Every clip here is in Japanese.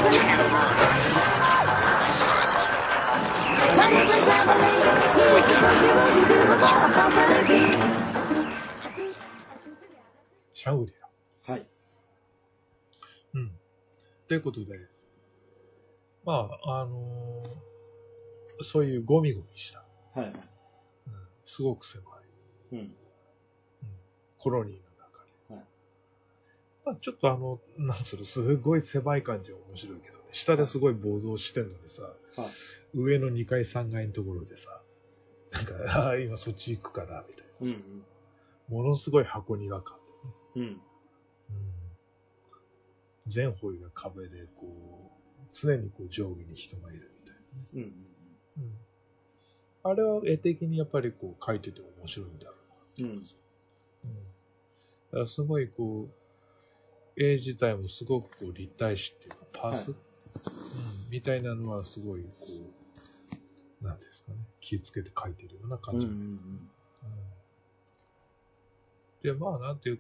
シャングリラ。 はい。 うん。ということで、まあ、そういうゴミゴミした、 はい。 すごく狭い、 うん。 コロニーの中で。 はい。 まあ、ちょっとなんつうの、すごい狭い感じは面白いけどね。下ですごい暴動してんのにさ、 はい。 上の2階3階のところでさ、なんか、今そっち行くから、みたいな。 うん。 ものすごい箱庭感でね。 うん。 全方位が壁で、こう、常にこう上下に人がいるみたいなね。 うん。 あれは絵的にやっぱりこう描いてて面白いんだろうな。 うん。 だからすごいこう、絵自体もすごくこう立体視っていうか、パース、みたいなのはすごいこう、なんていうんですかね、気をつけて描いてるような感じが、で、まあなんていうか、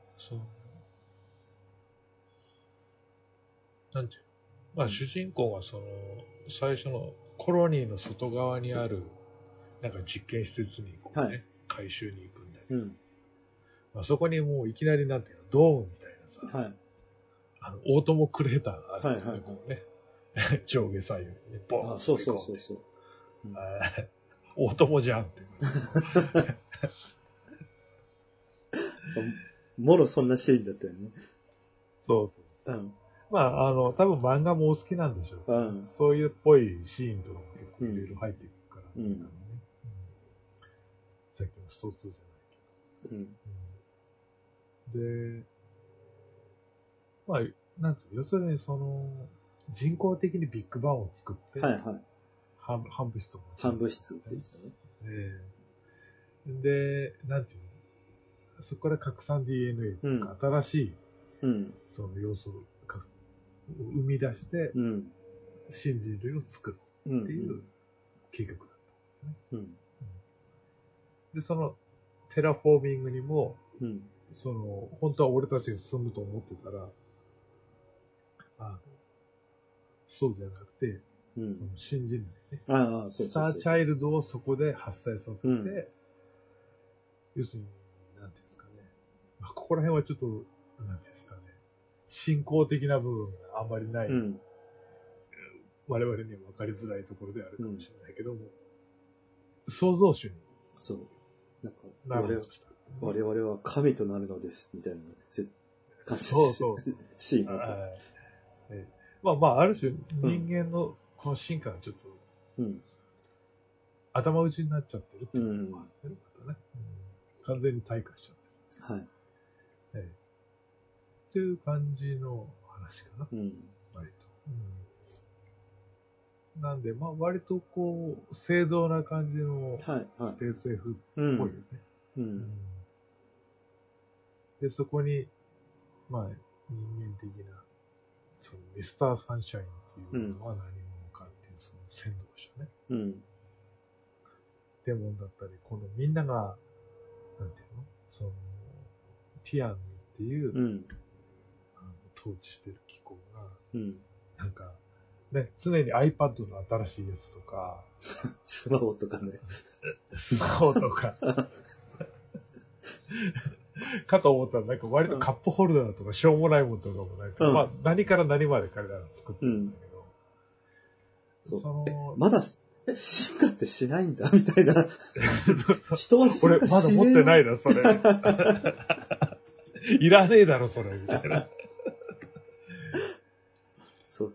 なんていうまあ主人公は最初のコロニーの外側にある、なんか実験施設にこうね、回収に行くんだけど、まあ、そこにもういきなりなんていうの、ドームみたいなさ、オートモクレーターがあるんだよね、こうね。上下左右にね、ボーンと飛び込んで。そう。オートモじゃんって。 もろそんなシーンだったよね。 そう。まあ、多分漫画もお好きなんでしょう。そういうっぽいシーンとかも結構いろいろ入っていくから、多分ね。さっきのスト2じゃないけど。で、まあ、なんていう要するに人工的にビッグバンを作って、反物質を反物質って言うんですよね。で、なんていうのそこから拡散 DNA とか、新しい、その要素を生み出して、新人類を作るっていう計画だった、で、そのテラフォーミングにも、本当は俺たちが住むと思ってたら、そうじゃなくて、その新人類ね。スターチャイルドをそこで発生させて、要するに、なんていうんですかね。ここら辺はちょっと、なんていうんですかね。信仰的な部分があんまりない、我々には分かりづらいところであるかもしれないけども、創造主に。 そう。なんか、我々は神となるのです、みたいな感じシーンがあった。 まあ、ある種、人間のこの進化がちょっと、頭打ちになっちゃってるっていうのがあってね、またね。完全に退化しちゃってる。っていう感じの話かな。割と。なんで、まあ割とこう、正道な感じのスペース F っぽいよね。で、そこに、まあ人間的な、そのミスターサンシャインっていうのは何者かっていう、その先導者ね。デモンだったり、このみんなが、なんていうのティアンズっていう、統治してる機構が、なんか、ね、常に iPad の新しいやつとか、 スマホとかね。 スマホとか、かと思ったらなんか割とカップホルダーとかしょうもないものとかもなんか、まあ何から何まで彼らが作ってるんだけど、 まだ、進化ってしないんだみたいな。人は進俺化しねえまだ持ってないな、それ。いらねえだろ、それ、みたいな。 そう。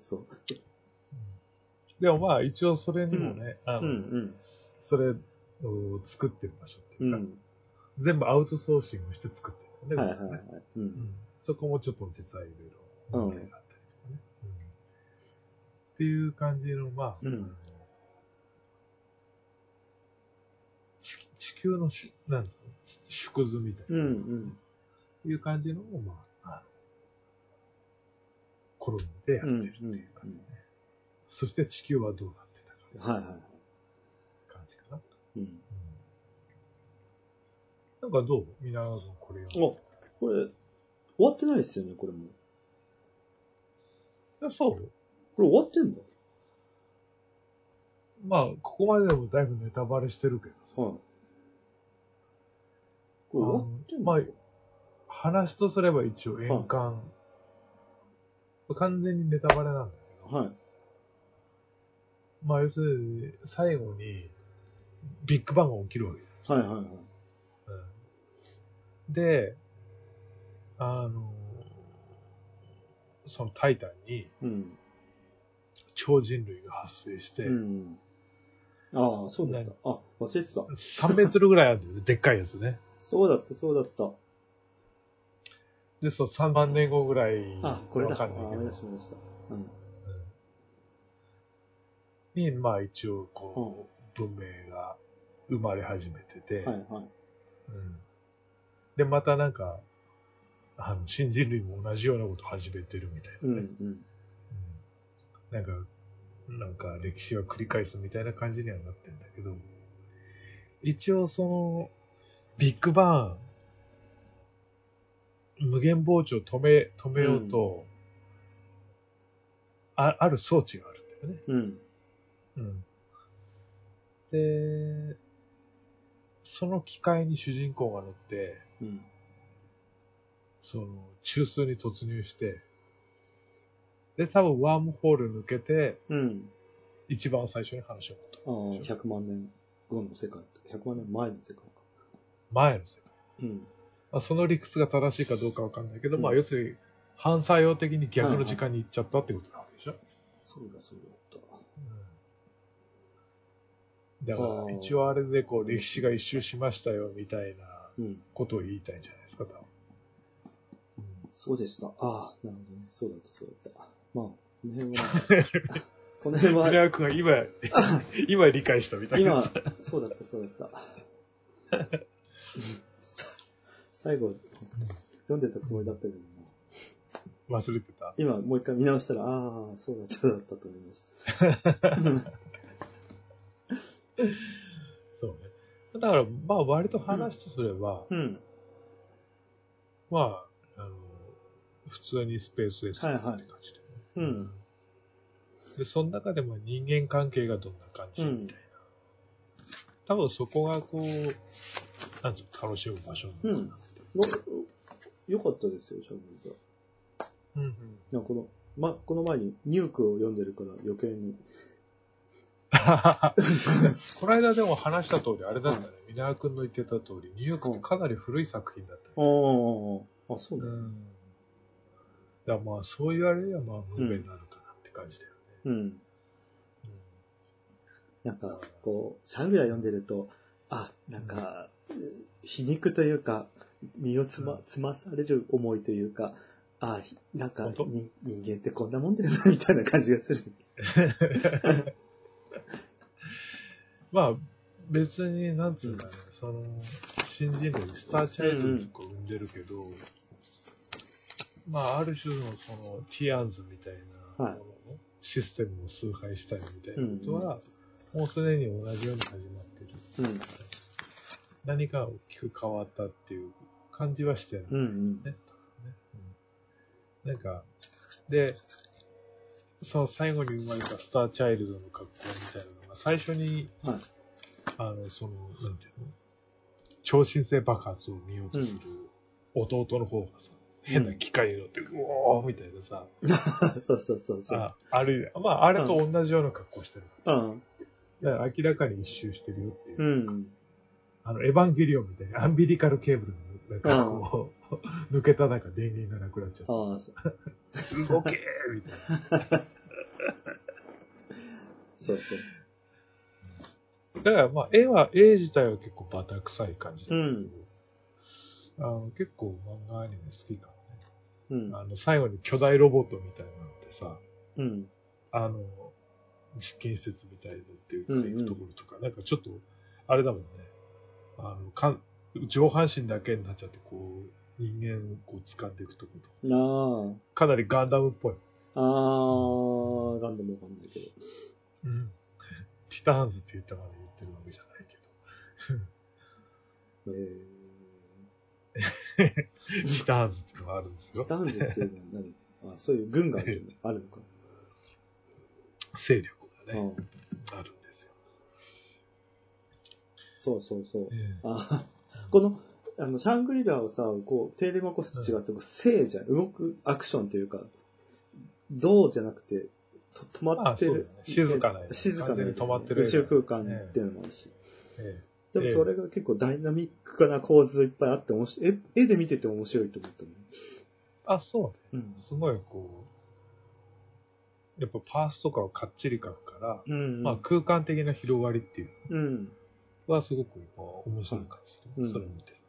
でもまあ一応それにもね、それを作ってる場所っていうか、全部アウトソーシングして作ってるよね、そこもちょっと実はいろいろ問題があったりとかね。っていう感じの、まあ、地球のなんですかね、縮図みたいな、いう感じのを、まあ、コロニーでやってるっていう感じね。そして地球はどうなってたか。感じかな。なんかどう皆さんこれ読んで。 これ、終わってないですよね、これも。 そうこれ終わってんの？ まあ、ここまででもだいぶネタバレしてるけどさ。はい。 これ終わってんの？ まあ、話とすれば一応円環、はい、完全にネタバレなんだけど。はい。まあ、要するに、最後に、ビッグバンが起きるわけじゃないですか。はいはいはい。うん、で、そのタイタンに、超人類が発生して、 ああ、そうだった。あ、忘れてた。 3メートルぐらいあるんだよね、でっかいやつね。 そうだった、そうだった。 で、そう、3万年後ぐらい。 あ、これだ。あ、思い出しました。 に、まあ一応、こう、文明が生まれ始めてて。はいはい。で、またなんか、新人類も同じようなこと始めてるみたいなね。なんか歴史は繰り返すみたいな感じにはなってるんだけど、一応その、ビッグバーン、無限膨張を止めようと、ある装置があるんだよね。で、その機械に主人公が乗って、その、中枢に突入して、で、多分ワームホール抜けて、一番最初に話を持った。ああ、100万年後の世界。100万年前の世界か。 前の世界。その理屈が正しいかどうかわかんないけど、まあ要するに、反作用的に逆の時間に行っちゃったってことなわけでしょ。 そうだそうだった。 だから一応あれでこう歴史が一周しましたよみたいなことを言いたいんじゃないですか、多分。 そうでした。ああ、なるほどね。そうだった、そうだった。まあ、この辺は、この辺は。 村君が今理解したみたいな。 今、そうだった、そうだった。最後、読んでたつもりだったけどな。忘れてた？ 今、もう一回見直したら、ああ、そうだった、そうだったと思いました。 そうね。だから、まあ割と話とすれば、まあ、普通にスペース S って感じで、で、その中でも人間関係がどんな感じみたいな。多分そこがこう、なんていうの、楽しむ場所なのかなって。 よかったですよ、シャブルが。この前にニュークを読んでるから余計に。 この間でも話した通り、あれだったね。皆川くんの言ってた通り、ニュークってかなり古い作品だった、ね。 あ、そうだね。 だまあ、そう言われれば、まあ、無名になるかなって感じだよね。 なんか、こう、シャブラ読んでると、なんか、皮肉というか、身をつまされる思いというか、なんか人間ってこんなもんだよな、みたいな感じがする。 まあ、別に、なんつうんだね、その、新人類、スターチャイルドとか生んでるけど、まあ、ある種のその、ティアンズみたいなもののシステムを崇拝したりみたいなことは、もうすでに同じように始まってる。何か大きく変わったっていう感じはしてる、ね。なんか、で、その最後に生まれたスターチャイルドの格好みたいなのが最初に、その、なんていうの、超新星爆発を見ようとする弟の方がさ、変な機械に乗って、おーみたいなさ。 そうそうそうそう。 あれと同じような格好してる。だから明らかに一周してるよっていう。エヴァンゲリオンみたいなアンビリカルケーブルのなんかこう、抜けたなんか電源がなくなっちゃって動けーみたいな。 そうそう。 だからまあ絵自体は結構バタ臭い感じだけど、結構漫画アニメ好きかもね。最後に巨大ロボットみたいなのってさ、実験施設みたいに乗っていくところとか、なんかちょっと、あれだもんね。上半身だけになっちゃって、こう、人間をこう掴んでいくところとか。かなりガンダムっぽい。 ガンダムわかんないけど。 ティターンズって言ったまで言ってるわけじゃないけど。ティターンズっていうのがあるんですよ。 ティターンズっていうのは何？そういう軍があるのか。 勢力がね、あるんですよ。 そうそうそう。この、シャングリラをさ、こう、テーレマコスと違って、静じゃん。動くアクションというか、どうじゃなくて、止まってる。 静かな。 完全に止まってる。 宇宙空間っていうのもあるし。でもそれが結構ダイナミックな構図いっぱいあって面白い。絵で見てて面白いと思ったの。そうね。すごいこう、やっぱパースとかをかっちり描くから、まあ空間的な広がりっていうはすごく面白い感じする。それを見てる。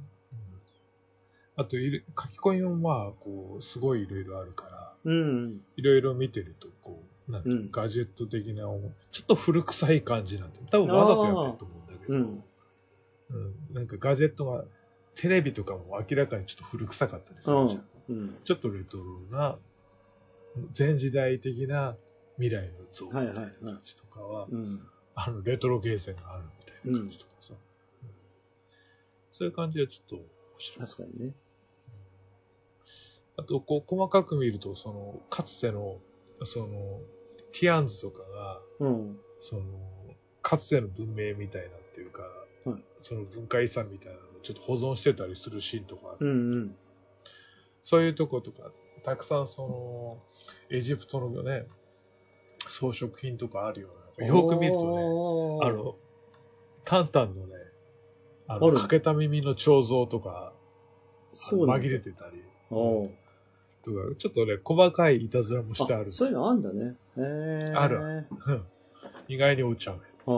あと、書き込みもまあ、こう、すごいいろいろあるから、いろいろ見てると、こう、なんかガジェット的な、ちょっと古臭い感じなんで、多分わざとやってると思うんだけど、なんかガジェットが、テレビとかも明らかにちょっと古臭かったりするじゃん。ちょっとレトロな、前時代的な未来の像みたいな感じとかは、レトロゲーセンがあるみたいな感じとかさ。そういう感じはちょっと面白い。 確かにね。 あと、こう、細かく見ると、かつての、ティアンズとかが、かつての文明みたいなっていうか、その文化遺産みたいなのをちょっと保存してたりするシーンとかある。そういうとことか、たくさんエジプトのね、装飾品とかあるような。よく見るとね、タンタンのね、欠けた耳の彫像とか、紛れてたり。ちょっとね、細かいいたずらもしてある。 そういうのあんだね。 ある。意外にお茶目。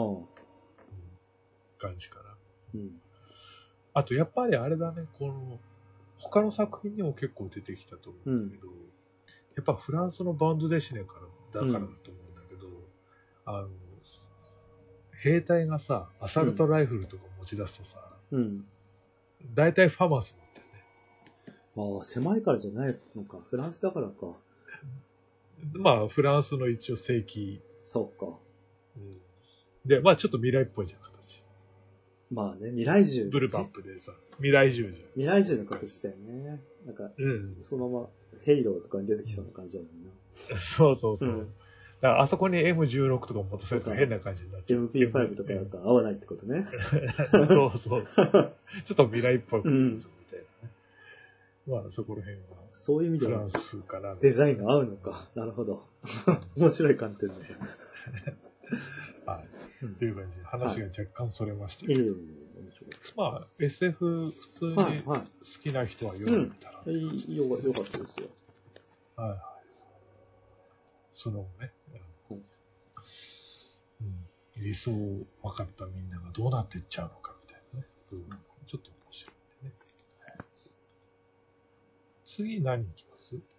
感じかな。あと、やっぱりあれだね、他の作品にも結構出てきたと思うんだけど、やっぱフランスのバンドデシネからだと思うんだけど、兵隊がさ、アサルトライフルとか持ち出すとさ、大体ファマス持ってるね。狭いからじゃないのか。フランスだからか。 まあ、フランスの一応正規。 そうか。 で、まあちょっと未来っぽいじゃん、形。 まあね、未来銃。 ブルバップでさ、未来銃じゃん。 未来銃の形だよね。なんか、そのままヘイローとかに出てきそうな感じだもんな。 そうそうそう。だからあそこに M16 とか持たせると変な感じになっちゃう。 MP5 とかだと合わないってことね。 そうそうそう。ちょっと未来っぽくみたいなね。まあそこら辺は。 そういう意味ではフランス風かな。 デザインが合うのか。なるほど。面白い観点で。 はい。という感じで話が若干それましたけど。まあ SF 普通に好きな人は読んでみたら。 よかったですよ。 はいはい。そのね、理想分かったみんながどうなっていっちゃうのかみたいなね。ちょっと面白いね。次何いきます？